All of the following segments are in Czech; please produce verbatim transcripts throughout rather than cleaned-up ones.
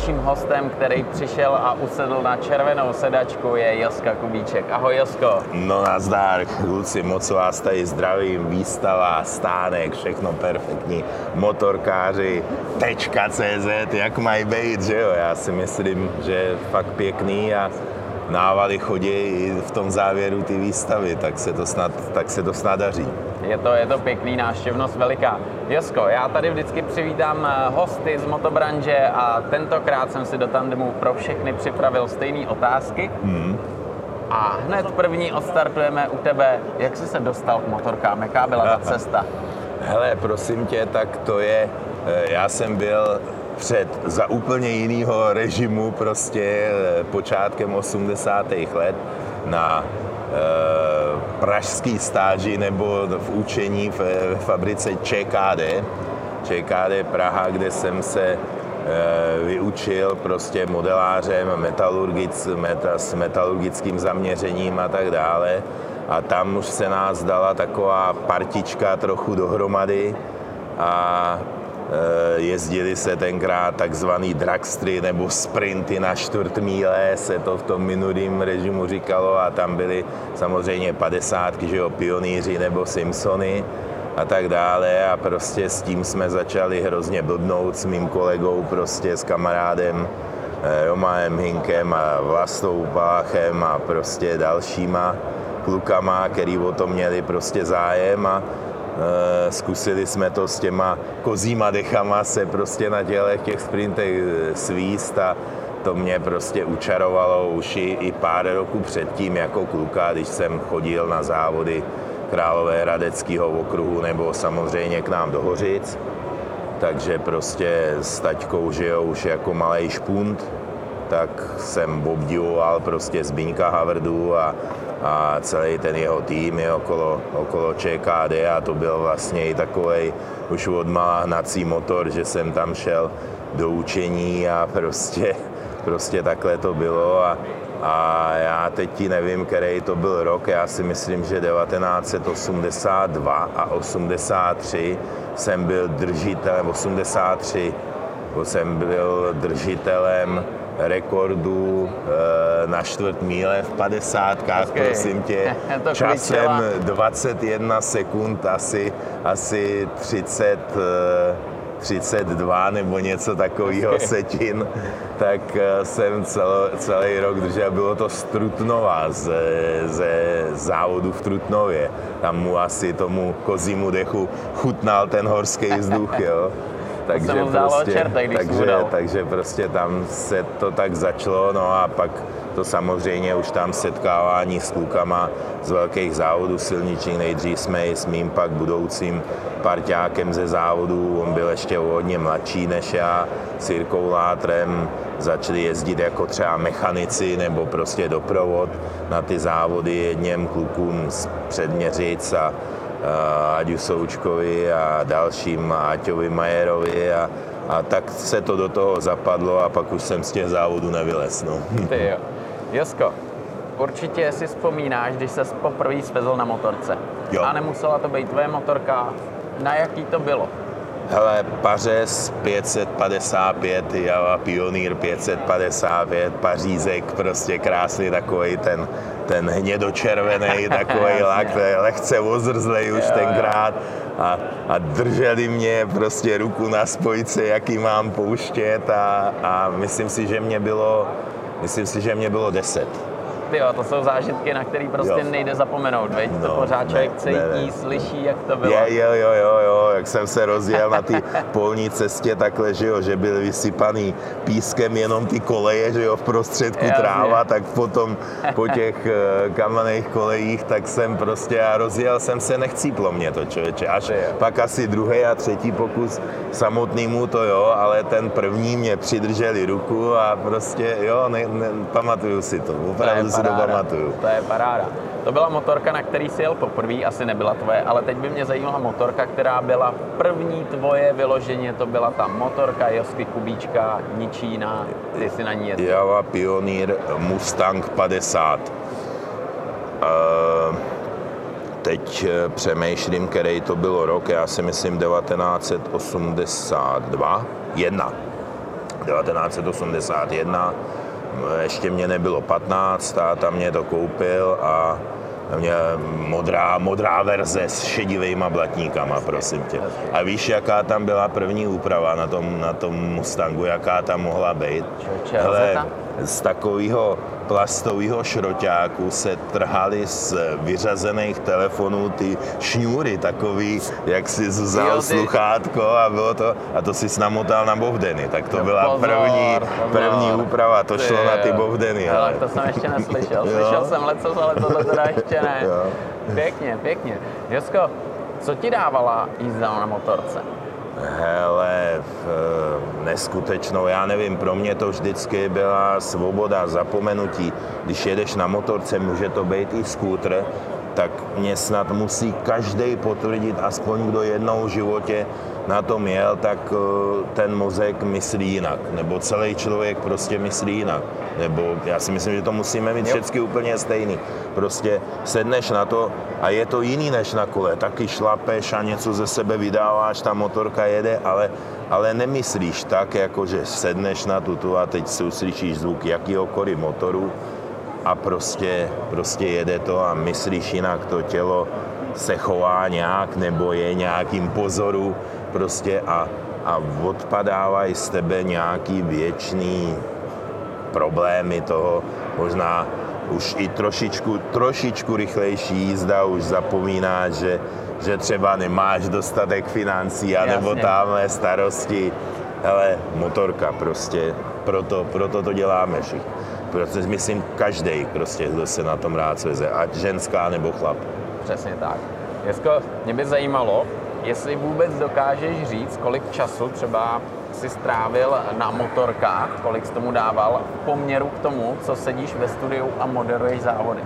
dalším hostem, který přišel a usedl na červenou sedačku, je Joska Kubíček. Ahoj, Josko. No nazdar, kluci, moc vás tady zdravím, výstava, stánek, všechno perfektní, motorkáři, tečka cé zet, jak mají být, že jo? Já si myslím, že je fakt pěkný a návady chodí i v tom závěru ty výstavy, tak se to snad, tak se to snad daří. Je to, je to pěkný, návštěvnost veliká. Josko, já tady vždycky přivítám hosty z motobranže a tentokrát jsem si do tandemu pro všechny připravil stejné otázky. Hmm. A hned první odstartujeme u tebe. Jak jsi se dostal k motorkám? Jaká byla ta cesta? Hele, prosím tě, tak to je, já jsem byl před za úplně jinýho režimu prostě počátkem osmdesátých let na e, pražský stáži nebo v učení v, v fabrice ČKD, ČKD Praha, kde jsem se e, vyučil prostě modelářem, metalurgic, meta, s metalurgickým zaměřením a tak dále. A tam už se nás dala taková partička trochu dohromady a jezdili se tenkrát takzvaný dragstry nebo sprinty na čtvrt míle, se to v tom minulým režimu říkalo, a tam byly samozřejmě padesátky, že jo, pionýři nebo Simpsony a tak dále, a prostě s tím jsme začali hrozně blbnout s mým kolegou, prostě s kamarádem Jomaem Hinkem a Vlastou Palachem a prostě dalšíma klukama, který o to měli prostě zájem, a zkusili jsme to s těma kozíma dechama se prostě na tělech těch sprintech svíst, a to mě prostě učarovalo už i, i pár roků předtím jako kluka, když jsem chodil na závody Královéhradeckého okruhu nebo samozřejmě k nám do Hořic. Takže prostě s taťkou, že jo, už jako malej špunt, tak jsem obdivoval prostě Zbyňka Havrdu a a celý ten jeho tým je okolo, okolo ČKD, a to byl vlastně i takovej už odmala hnací motor, že jsem tam šel do učení a prostě, prostě takhle to bylo. A, a já teď ti nevím, který to byl rok, já si myslím, že devatenáct set osmdesát dva a osmdesát tři jsem byl držitelem, osmdesát tři jsem byl držitelem rekordu e, na čtvrt míle v padesátkách, okay. Prosím tě, časem dvacet jedna sekund, asi, asi třicet, třicet dva nebo něco takového okay. setin, tak jsem celo, celý rok držel. Bylo to z Trutnova, ze, ze závodu v Trutnově. Tam mu asi tomu kozímu dechu chutnal ten horský vzduch, jo. Takže prostě, čertek, takže, takže prostě tam se to tak začalo, no a pak to samozřejmě už tam setkávání s klukama z velkých závodů silničních. Nejdřív jsme i s mým pak budoucím parťákem ze závodů, on byl ještě hodně mladší než já, s Jirkou Látrem, začali jezdit jako třeba mechanici nebo prostě doprovod na ty závody jedním klukům z Předměřic a Aďu Součkovi a dalším, Aťovi Majerovi, a, a tak se to do toho zapadlo a pak už jsem z těch závodů nevylez. No. Ty jo. Josko, určitě si vzpomínáš, když ses poprvé svezl na motorce. Jo. A nemusela to být tvoje motorka. Na jaký to bylo? Hele, Pařez pět set padesát pět, Java Pionýr pět set padesát pět, Pařízek, prostě krásný takovej ten, ten hnědočervený takovej lak, lehce ozrzlej už jo, tenkrát, a, a drželi mě prostě ruku na spojce, jaký mám pouštět, a, a myslím si, že mě bylo, myslím si, že mě bylo deset. Jo, to jsou zážitky, na který prostě jo. nejde zapomenout, veď? No, to pořád člověk cítí, slyší, jak to bylo. Je, jo, jo, jo, jo, jak jsem se rozjel na té polní cestě takhle, že jo, že byly vysypaný pískem jenom ty koleje, že jo, v prostředku tráva, tak potom po těch kamenných kolejích, tak jsem prostě, a rozjel jsem se, nechcíplo mě to, člověče, až je. Pak asi druhý a třetí pokus samotnýmu to jo, ale ten první mě přidrželi ruku a prostě, jo, ne, ne, pamatuju si to, opravdu. To je paráda. To byla motorka, na který jsi jel poprvé, asi nebyla tvoje, ale teď by mě zajímala motorka, která byla první tvoje vyloženě, to byla ta motorka Josky Kubíčka, ničí jiná, ty jsi na ní jezdil. Java Pionýr Mustang padesát. Uh, teď přemýšlím, který to bylo rok, já si myslím devatenáct set osmdesát dva, jedna. devatenáct set osmdesát jedna, ještě mě nebylo patnáct, táta mě to koupil a mě modrá, modrá verze s šedivejma blatníkama, prosím tě. A víš, jaká tam byla první úprava na tom, na tom Mustangu, jaká tam mohla být? Hele, z takového plastového šroťáku se trhaly z vyřazených telefonů ty šňůry, takový, jak si vzal sluchátko a bylo to, a to si namotal na bovdeny, tak to byla pozor, první, pozor. první úprava, to šlo na ty bovdeny. Ale to jsem ještě neslyšel, slyšel jsem lecos, ale tohle teda ještě ne. Jo. Pěkně, pěkně. Josko, co ti dávala jízda na motorce? Hele, neskutečnou, já nevím, pro mě to vždycky byla svoboda, zapomenutí. Když jedeš na motorce, může to být i skútr, tak mě snad musí každý potvrdit, aspoň kdo jednou v životě na tom jel, tak ten mozek myslí jinak, nebo celý člověk prostě myslí jinak. Nebo já si myslím, že to musíme mít všechny úplně stejný. Prostě sedneš na to a je to jiný než na kole. Taky šlapeš a něco ze sebe vydáváš, ta motorka jede, ale, ale nemyslíš tak, jako že sedneš na tuto a teď si uslyšíš zvuk jakýhokoliv motoru a prostě, prostě jede to a myslíš jinak, to tělo se chová nějak nebo je nějakým pozoru prostě a, a odpadávají z tebe nějaký věčný problémy toho, možná už i trošičku, trošičku rychlejší jízda, už zapomínáš, že, že třeba nemáš dostatek financí, anebo tamhle starosti. Hele, motorka prostě, proto, proto to děláme všichni. Protože myslím, každej prostě, kdo se na tom rád sveze, ať ženská nebo chlap. Přesně tak. Jesko, mě by zajímalo, jestli vůbec dokážeš říct, kolik času třeba si strávil na motorkách, kolik jsi tomu dával v poměru k tomu, co sedíš ve studiu a moderuješ závody.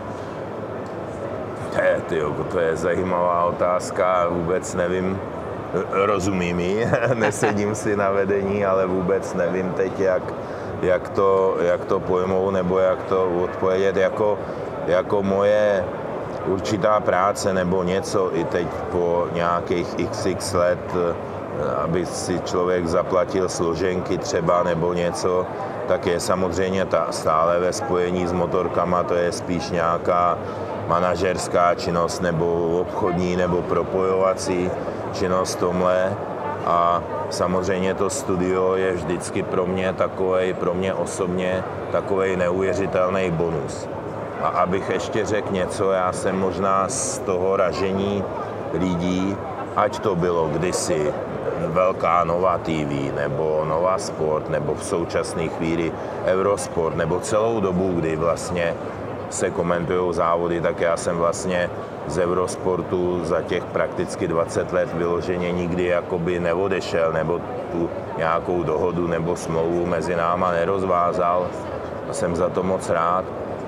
He, tyjo, to je zajímavá otázka, vůbec nevím, rozumím ji, nesedím si na vedení, ale vůbec nevím teď, jak, jak, to, jak to pojmou nebo jak to odpovědět, jako, jako moje určitá práce nebo něco i teď po nějakých iks iks let, aby si člověk zaplatil složenky třeba nebo něco, tak je samozřejmě ta stále ve spojení s motorkama, to je spíš nějaká manažerská činnost nebo obchodní nebo propojovací činnost tomhle. A samozřejmě to studio je vždycky pro mě takovej, pro mě osobně takovej neuvěřitelný bonus. A abych ještě řekl něco, já jsem možná z toho ražení lidí, ať to bylo kdysi velká Nova té vé, nebo Nova Sport, nebo v současné chvíli Eurosport, nebo celou dobu, kdy vlastně se komentují závody, tak já jsem vlastně z Eurosportu za těch prakticky dvacet let vyloženě nikdy jakoby neodešel, nebo tu nějakou dohodu nebo smlouvu mezi náma nerozvázal. A jsem za to moc rád.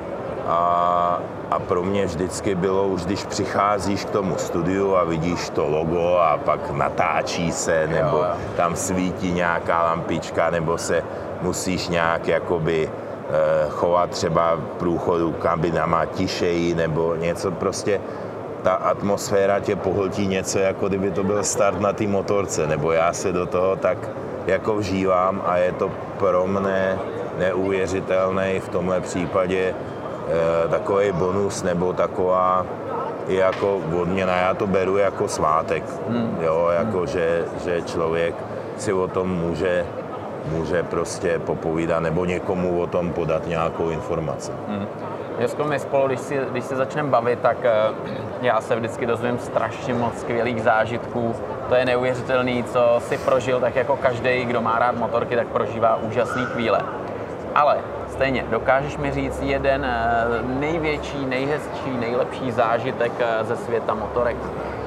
A, a pro mě vždycky bylo, už když přicházíš k tomu studiu a vidíš to logo a pak natáčí se, nebo jo, jo. tam svítí nějaká lampička, nebo se musíš nějak jakoby eh, chovat třeba v průchodu kabinama tišeji, nebo něco prostě. Ta atmosféra tě pohltí něco, jako kdyby to byl start na té motorce, nebo já se do toho tak jako vžívám a je to pro mne neuvěřitelný v tomhle případě e, takový bonus nebo taková i jako odměna. Já to beru jako svátek, hmm. jo, jako hmm. že, že člověk si o tom může, může prostě popovídat nebo někomu o tom podat nějakou informaci. Hmm. Jesko, my spolu, když si, když si začneme bavit, tak já se vždycky dozvím strašně moc skvělých zážitků. To je neuvěřitelný, co si prožil, tak jako každý, kdo má rád motorky, tak prožívá úžasné chvíle. Ale stejně, dokážeš mi říct jeden největší, nejhezčí, nejlepší zážitek ze světa motorek?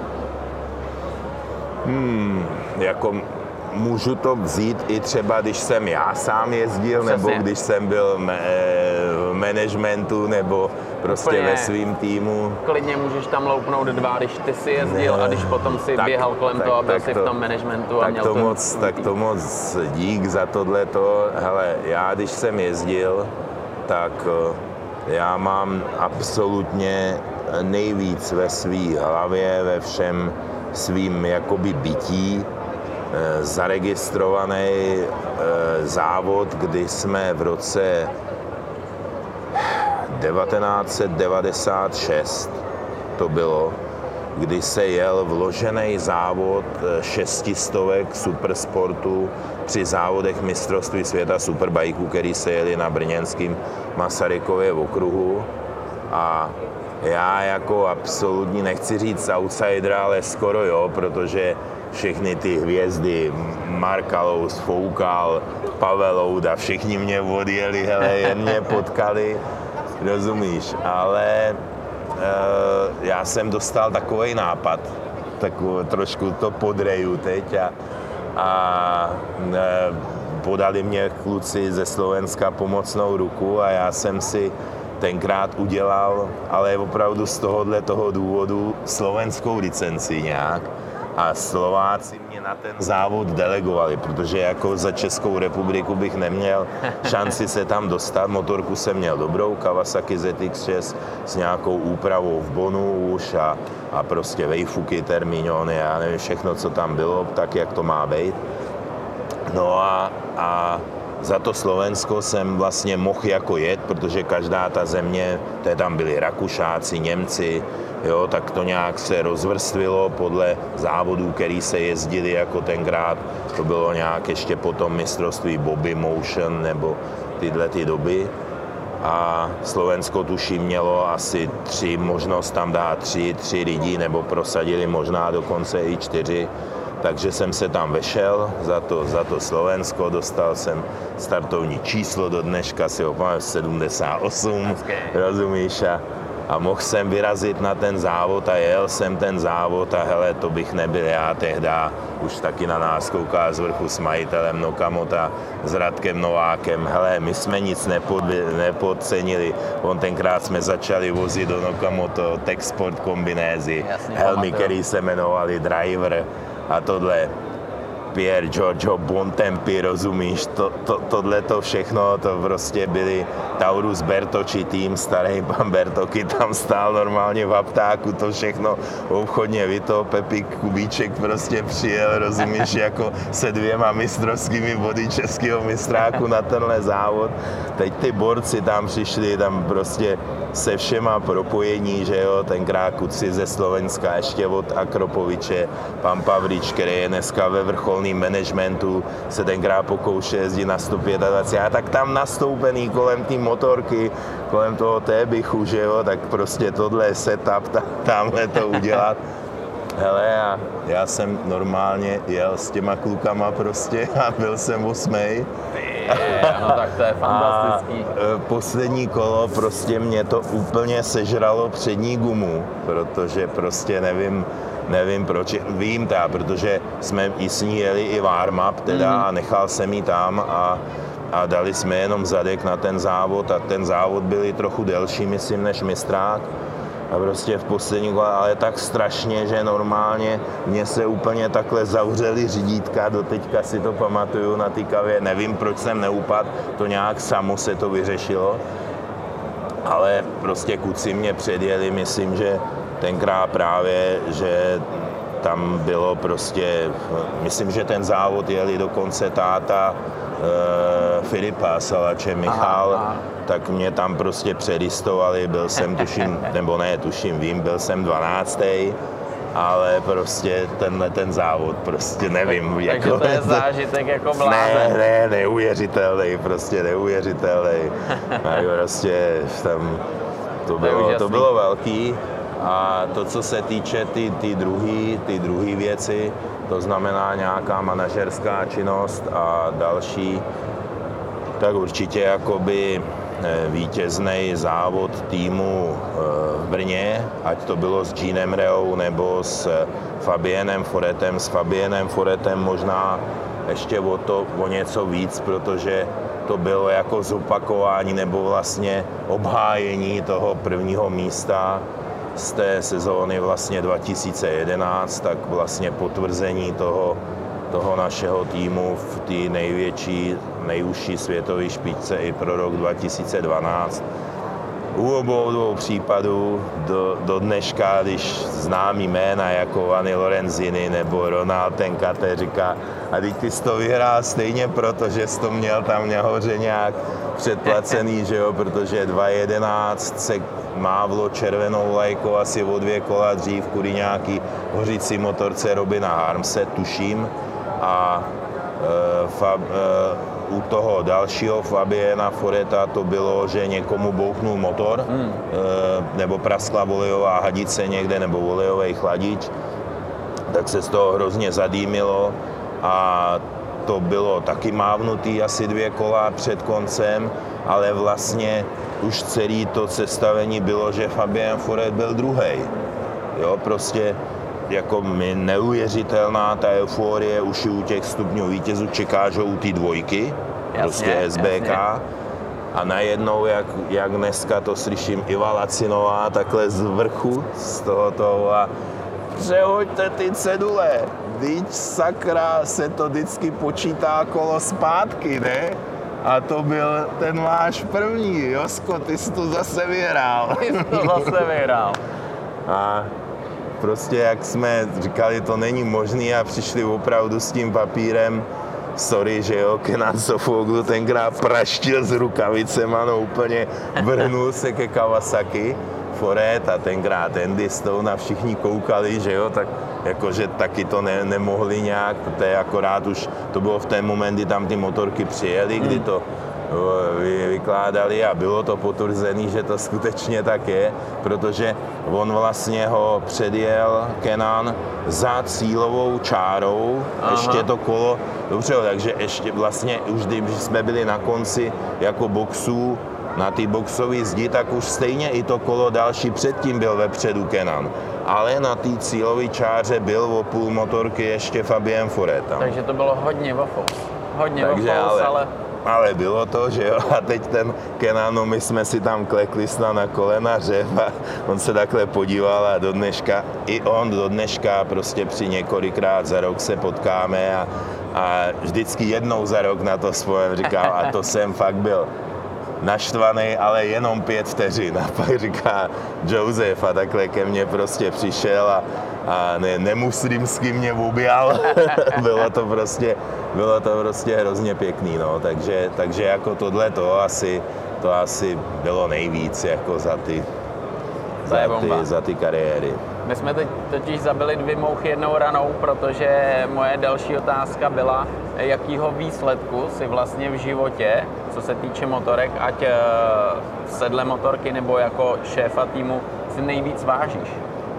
Hmm, jako můžu to vzít i třeba, když jsem já sám jezdil, Přesně. nebo když jsem byl v managementu, nebo prostě Úplně ve svým týmu. Klidně můžeš tam loupnout dva, když ty si jezdil ne, a když potom si tak, běhal kolem tak, toho a byl si to, v tom managementu a měl to to moc, Tak to moc dík za tohleto. Hele, já když jsem jezdil, tak já mám absolutně nejvíc ve svý hlavě, ve všem svým jakoby bytí, zaregistrovaný závod, kdy jsme v roce devatenáct set devadesát šest to bylo, kdy se jel vložený závod šestistovek supersportu při závodech mistrovství světa superbajků, který se jeli na brněnském Masarykově okruhu. A já jako absolutní, nechci říct outsider, ale skoro jo, protože všechny ty hvězdy, Markalous, Foukal, Pavel Ouda, všichni mě odjeli, hele, jen mě potkali, rozumíš, ale e, já jsem dostal takový nápad, takovou, trošku to podreju teď a, a e, podali mě kluci ze Slovenska pomocnou ruku a já jsem si tenkrát udělal, ale opravdu z tohohle toho důvodu slovenskou licenci nějak. A Slováci mě na ten závod delegovali, protože jako za Českou republiku bych neměl šanci se tam dostat. Motorku jsem měl dobrou, Kawasaki Z X šest s nějakou úpravou v Bonu už a, a prostě vejfuky, termíňony, já nevím, všechno, co tam bylo, tak jak to má být. No a, a za to Slovensko jsem vlastně mohl jako jet, protože každá ta země, té tam byli Rakušáci, Němci, jo, tak to nějak se rozvrstvilo podle závodů, který se jezdili jako tenkrát. To bylo nějak ještě potom mistrovství Bobby Motion nebo tyhle ty doby. A Slovensko tuším mělo asi tři, možnost tam dát tři, tři lidi, nebo prosadili možná dokonce i čtyři. Takže jsem se tam vešel za to, za to Slovensko, dostal jsem startovní číslo, do dneška si ho pamatuju, sedmdesát osm, rozumíš, a, a mohl jsem vyrazit na ten závod a jel jsem ten závod a hele, to bych nebyl já tehda, už taky na nás kouká z vrchu s majitelem Nokamota, s Radkem Novákem, hele, my jsme nic nepod, nepodcenili, on tenkrát jsme začali vozit do Nokamoto Tech Sport kombinézy, helmy, který se jmenovali Driver, a tohle Pier Giorgio Bontempi, rozumíš, to, to, tohle to všechno, to prostě byli Taurus Bertocci tým, starý pan Bertocchi tam stál normálně v aptáku, to všechno obchodně vyto, Pepík Kubíček prostě přijel, rozumíš, jako se dvěma mistrovskými body českého mistráku na tenhle závod. Teď ty borci tam přišli, tam prostě se všema propojení, že jo, tenkrát kuci ze Slovenska, ještě od Akropoviče, pan Pavlič, který je dneska ve vrcholném managementu, se tenkrát pokoušel jezdit na sto dvacet pět a tak tam nastoupený kolem té motorky, kolem toho tébychu, že jo, tak prostě tohle setup, ta, tamhle to udělat. Hele, a já jsem normálně jel s těma klukama prostě a byl jsem osmej. No tak to je fantastický. A poslední kolo prostě mě to úplně sežralo přední gumu, protože prostě nevím, nevím proč, vím ta, protože jsme i s ní jeli i warm-up teda a nechal jsem ji tam a, a dali jsme jenom zadek na ten závod a ten závod byl i trochu delší, myslím, než mistrák. A prostě v poslední kole, ale tak strašně, že normálně mě se úplně takhle zavřely řídítka, doteďka si to pamatuju na té kavě, nevím, proč jsem neupadl, to nějak samo se to vyřešilo, ale prostě kluci mě předjeli, myslím, že tenkrát právě, že tam bylo prostě, myslím, že ten závod jeli dokonce táta e, Filipa Salače, Michal, aha, aha. Tak mě tam prostě předistovali, byl jsem tuším, nebo ne, tuším, vím, byl jsem dvanáctý, ale prostě tenhle ten závod, prostě nevím. Takže jako, to je zážitek jako blázen. Ne, ne, neuvěřitelný, prostě neuvěřitelný. A prostě tam to bylo, to bylo velký. A to, co se týče ty, ty druhý, ty druhý věci, to znamená nějaká manažerská činnost a další, tak určitě jakoby vítězný závod týmu v Brně, ať to bylo s Jeanem Reou nebo s Fabienem Foretem. S Fabienem Foretem možná ještě o to, o něco víc, protože to bylo jako zopakování nebo vlastně obhájení toho prvního místa z té sezóny vlastně dva tisíce jedenáct, tak vlastně potvrzení toho, toho našeho týmu v té největší, nejužší světové špičce i pro rok dva tisíce dvanáct. u obou dvou případů do, do dneška, když známý jména jako Vanni Lorenzini nebo Ronald Tenkate říká, a teď ty jsi to vyhrál stejně, protože jsi to měl tam nahoře nějak předplacený, že jo, protože dva jedenáct se mávlo červenou vlajkou asi o dvě kola dřív kvůli nějaký hořící motorce Robina Harmse, tuším, a e, fa, e, u toho dalšího Fabiana Foreta to bylo, že někomu bouchnul motor, hmm. e, nebo praskla olejová hadice někde, nebo olejový chladič, tak se z toho hrozně zadýmilo a to bylo taky mávnutý asi dvě kola před koncem, ale vlastně už celé to sestavení bylo, že Fabian Foret byl druhej. Jo, prostě jako mi neuvěřitelná ta euforie už u těch stupňů vítězů, čeká, že u té dvojky, jasně, prostě S B K. Jasně. A najednou, jak, jak dneska to slyším, Iva Lacinová takhle z vrchu, z tohoto a přehoďte ty cedule, vždyť sakra se to vždycky počítá kolo zpátky, ne? A to byl ten váš první, Josko, ty jsi to zase vyhrál. Ty jsi to zase vyhrál. A prostě jak jsme říkali, to není možný a přišli opravdu s tím papírem, sorry, že jo, Kenan Sofuoglu tenkrát praštil s rukavicema, no úplně vrhnul se ke Kawasaki Foret a tenkrát Andy Stone a všichni koukali, že jo, tak jakože taky to ne, nemohli nějak, protože akorát už to bylo v ten moment, kdy tam ty motorky přijeli, kdy to vy, vykládali a bylo to potvrzené, že to skutečně tak je, protože on vlastně ho předjel Kenan za cílovou čárou, aha, ještě to kolo, dobře, takže ještě vlastně už když jsme byli na konci jako boxů, na té boxové zdi, tak už stejně i to kolo další předtím byl vepředu Kenan. Ale na té cílové čáře byl o půl motorky ještě Fabien Foret. Takže to bylo hodně waffles. Hodně takže waffles, ale, ale... ale bylo to, že jo, a teď ten Kenan, no my jsme si tam klekli snad na kolena řev a on se takhle podíval a do dneška, i on do dneška prostě při několikrát za rok se potkáme a, a vždycky jednou za rok na to vzpomínám, říkal, a to jsem fakt byl naštvaný, ale jenom pět vteřin. A pak říká Josef a takhle ke mně prostě přišel a, a ne, nemuslimský mě objal. bylo to prostě, bylo to prostě hrozně pěkný, no. Takže, takže jako tohle to asi, to asi bylo nejvíc jako za ty, za ty, za ty kariéry. My jsme teď totiž zabili dvě mouchy jednou ranou, protože moje další otázka byla, jakýho výsledku si vlastně v životě, co se týče motorek, ať v sedle motorky nebo jako šéfa týmu, si nejvíc vážíš?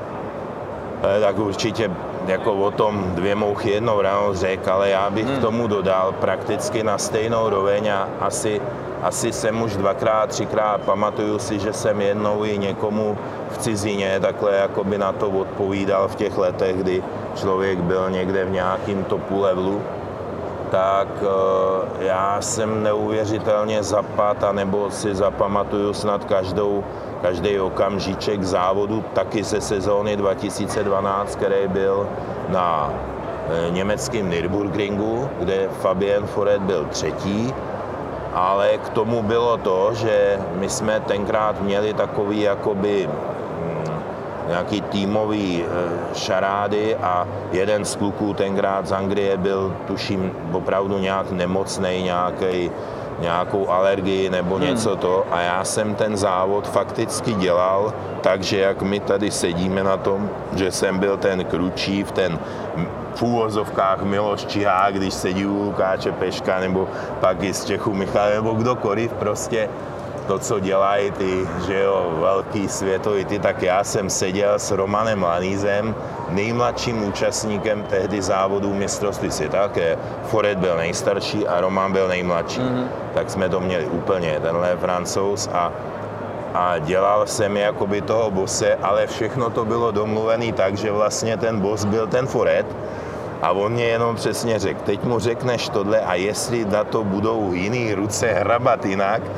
Tak určitě jako o tom dvě mouchy jednou ranou řekl, ale já bych hmm. k tomu dodal prakticky na stejnou roveň a asi, asi jsem už dvakrát, třikrát pamatuju si, že jsem jednou i někomu v cizině takhle jakoby na to odpovídal v těch letech, kdy člověk byl někde v nějakým topu levelu, tak já jsem neuvěřitelně zapad, anebo si zapamatuju snad každou, každý okamžíček závodu, taky ze sezóny dva tisíce dvanáct, který byl na německém Nürburgringu, kde Fabien Foret byl třetí, ale k tomu bylo to, že my jsme tenkrát měli takový jakoby nějaký týmový šarády a jeden z kluků tenkrát z Anglie byl, tuším, opravdu nějak nemocnej, nějaký, nějakou alergii nebo něco to a já jsem ten závod fakticky dělal, takže jak my tady sedíme na tom, že jsem byl ten kručív, ten v úvozovkách Miloš Čihák, když sedí u Lukáče Peška nebo pak i z Čechu Michal nebo kdokoliv, prostě to, co dělají ty, že jo, velký světový ty, tak já jsem seděl s Romanem Lanízem, nejmladším účastníkem tehdy závodů mistrovství světa, Foret byl nejstarší a Roman byl nejmladší. Mm-hmm. Tak jsme to měli úplně, tenhle Francouz a, a dělal jsem jakoby toho bose, ale všechno to bylo domluvené tak, že vlastně ten boss byl ten Foret a on mě jenom přesně řekl, teď mu řekneš tohle a jestli na to budou jiný ruce hrabat jinak,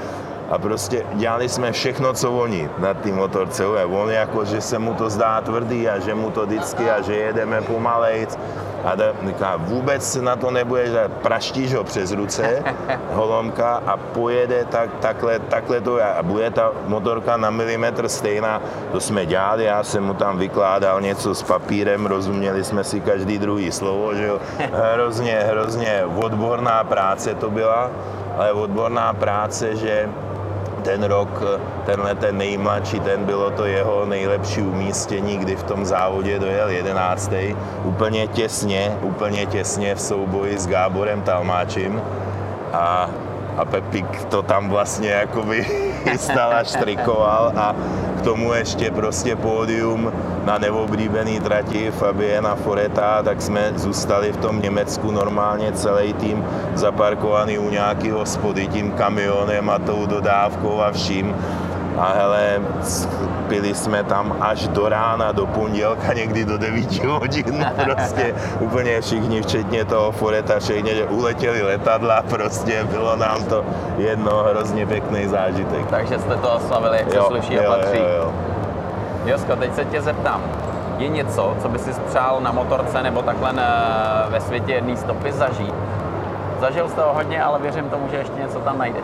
a prostě dělali jsme všechno, co oni na té motorce. On jako, že se mu to zdá tvrdý a že mu to vždycky a že jedeme pomalejc. A říká, vůbec na to nebudeš, praštíš ho přes ruce, holomka, a pojede tak, takhle, takhle to a bude ta motorka na milimetr stejná. To jsme dělali, já jsem mu tam vykládal něco s papírem, rozuměli jsme si každý druhý slovo, že jo. Hrozně, hrozně odborná práce to byla, ale odborná práce, že ten rok, tenhle ten nejmladší, ten bylo to jeho nejlepší umístění, kdy v tom závodě dojel jedenáctý Úplně těsně, úplně těsně v souboji s Gáborem Talmáčem. A, a Pepík to tam vlastně jakoby stál a štrikoval a k tomu ještě prostě pódium na neoblíbený trati Fabiana Foreta, tak jsme zůstali v tom Německu normálně celý tým zaparkovaný u nějaký hospody tím kamionem a tou dodávkou a vším. A hele, pili jsme tam až do rána, do pondělka, někdy do devíti hodin, prostě úplně všichni, včetně toho Foreta, všichni, že uletěli letadla, prostě bylo nám to jedno, hrozně pěkný zážitek. Takže jste to oslavili, jak se sluší a patří. Jo, jo. Josko, teď se tě zeptám, je něco, co by si přál na motorce nebo takhle ve světě jedné stopy zažít? Zažil jsi toho hodně, ale věřím tomu, že ještě něco tam najdeš.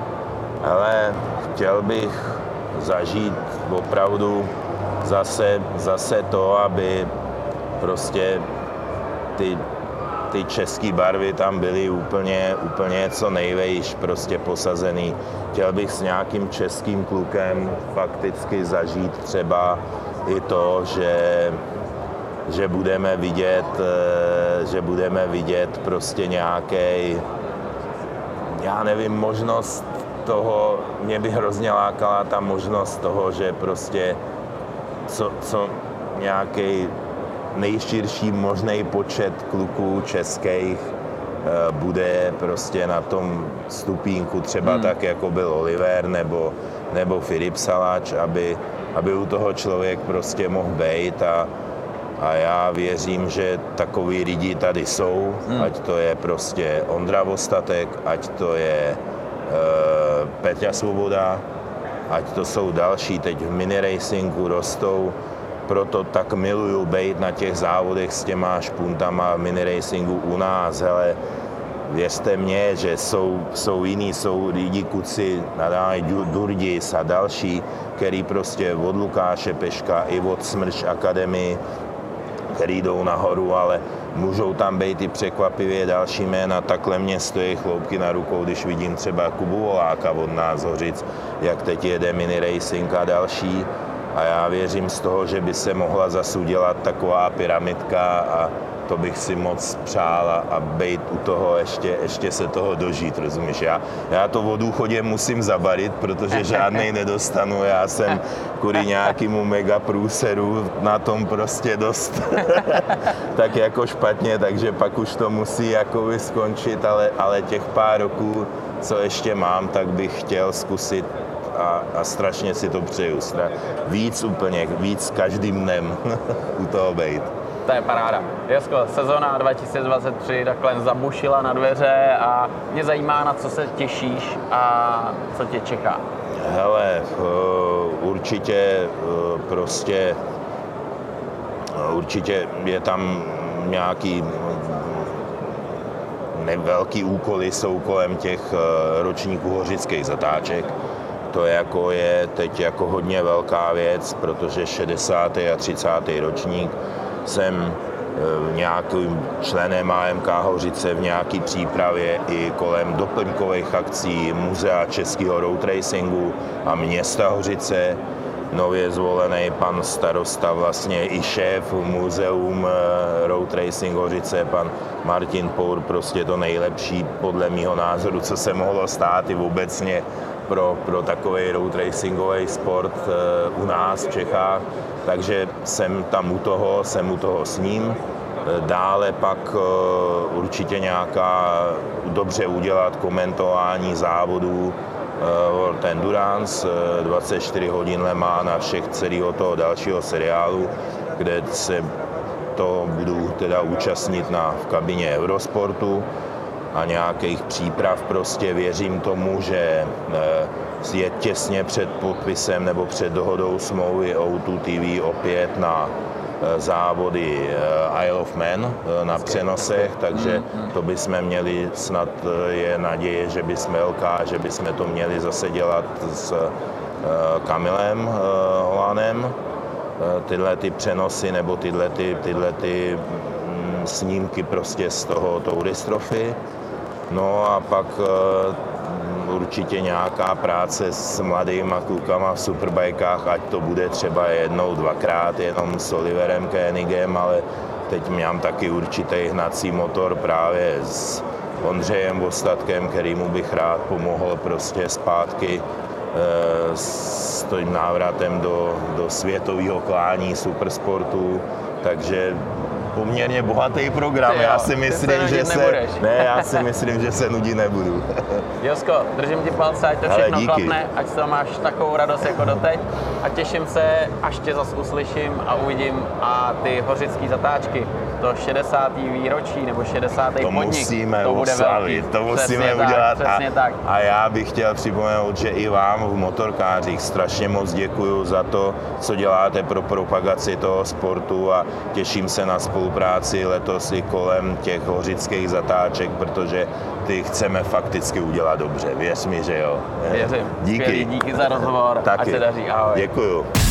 Ale chtěl bych zažít opravdu zase, zase to, aby prostě ty, ty české barvy tam byly úplně, úplně co nejvejš prostě posazený. Chtěl bych s nějakým českým klukem fakticky zažít třeba i to, že, že budeme vidět, že budeme vidět prostě nějaký, já nevím, možnost toho, mě by hrozně lákala ta možnost toho, že prostě co, co nějaký nejširší možný počet kluků českých e, bude prostě na tom stupínku, třeba hmm. tak, jako byl Oliver nebo, nebo Filip Saláč, aby, aby u toho člověk prostě mohl být a, a já věřím, že takový lidi tady jsou, hmm. ať to je prostě Ondra Vostatek, ať to je Peťa Svoboda, ať to jsou další, teď v mini racingu rostou, proto tak miluju být na těch závodech s těma špuntama v mini racingu u nás, hele, věřte mě, že jsou, jsou jiný, jsou lidi kuci, nadále Durdis a další, který prostě od Lukáše Peška i od Smrš Academy, který jdou nahoru, ale můžou tam být i překvapivě další jména. Takhle mě stojí chloupky na rukou, když vidím třeba Kubu Voláka od nás Hořic, jak teď jede mini racing a další. A já věřím z toho, že by se mohla zase udělat taková pyramidka a to bych si moc přál a, a být u toho, ještě, ještě se toho dožít, rozumíš? Já, já to o důchodě musím zabarit, protože žádnej nedostanu, já jsem kvůli nějakému mega průseru na tom prostě dost tak jako špatně, takže pak už to musí jakoby skončit, ale, ale těch pár roků, co ještě mám, tak bych chtěl zkusit a, a strašně si to přeju. Víc úplně, víc každým dnem u toho být. To je paráda. Josko, sezona dva tisíce dvacet tři takhle zabušila na dveře a mě zajímá, na co se těšíš a co tě čeká. Hele, určitě prostě, určitě je tam nějaký velký úkoly jsou kolem těch ročníků hořických zatáček. To jako je teď jako hodně velká věc, protože šedesátý a třicátý ročník jsem nějakým členem A M K Hořice v nějaký přípravě i kolem doplňkových akcí Muzea českého road racingu a města Hořice. Nově zvolený pan starosta, vlastně i šéf muzeum road racing Hořice, pan Martin Pour, prostě to nejlepší podle mýho názoru, co se mohlo stát i obecně pro, pro takový road racingový sport u nás v Čechách. Takže jsem tam u toho, jsem u toho s ním. Dále pak určitě nějaká dobře udělat komentování závodů World Endurance, dvacet čtyři hodin Le Mans a všech celého toho dalšího seriálu, kde se to budu teda účastnit na, v kabině Eurosportu. a nějakých příprav. Prostě věřím tomu, že je těsně před podpisem nebo před dohodou smlouvy O dva T V opět na závody Isle of Man na přenosech, takže to bychom měli, snad je naděje, že bychom Elka, že bychom to měli zase dělat s Kamilem Holanem, tyhle ty přenosy nebo tyhle ty, tyhle ty snímky prostě z toho Touristrophy. No a pak určitě nějaká práce s mladýma klukama v superbajkách, ať to bude třeba jednou, dvakrát jenom s Oliverem Koenigem, ale teď mám taky určitý hnací motor právě s Ondřejem Ostatkem, kterýmu bych rád pomohl prostě zpátky e, s tím návratem do, do světového klání supersportu, takže poměrně bohatý program. Ty jo, já si myslím, se že se nebudeš. ne, já si myslím, že se nudit nebudu. Josko, držím ti palce, ať to všechno klapne, ať z toho máš takovou radost jako doteď a těším se, až tě zase uslyším a uvidím a ty hořický zatáčky, to šedesátý výročí nebo šedesátý to podnik, musíme to bude oslavit, velký. to musíme Přesně udělat tak, přesně a, tak. a já bych chtěl připomenout, že i vám v motorkářích strašně moc děkuju za to, co děláte pro propagaci toho sportu a těším se na spolupráci letos i kolem těch hořických zatáček, protože ty chceme fakticky udělat dobře. Věř mi, že jo. Věřím. Díky. Skvělý, díky za rozhovor. Taky. Ať se daří. Ahoj. Děkuju.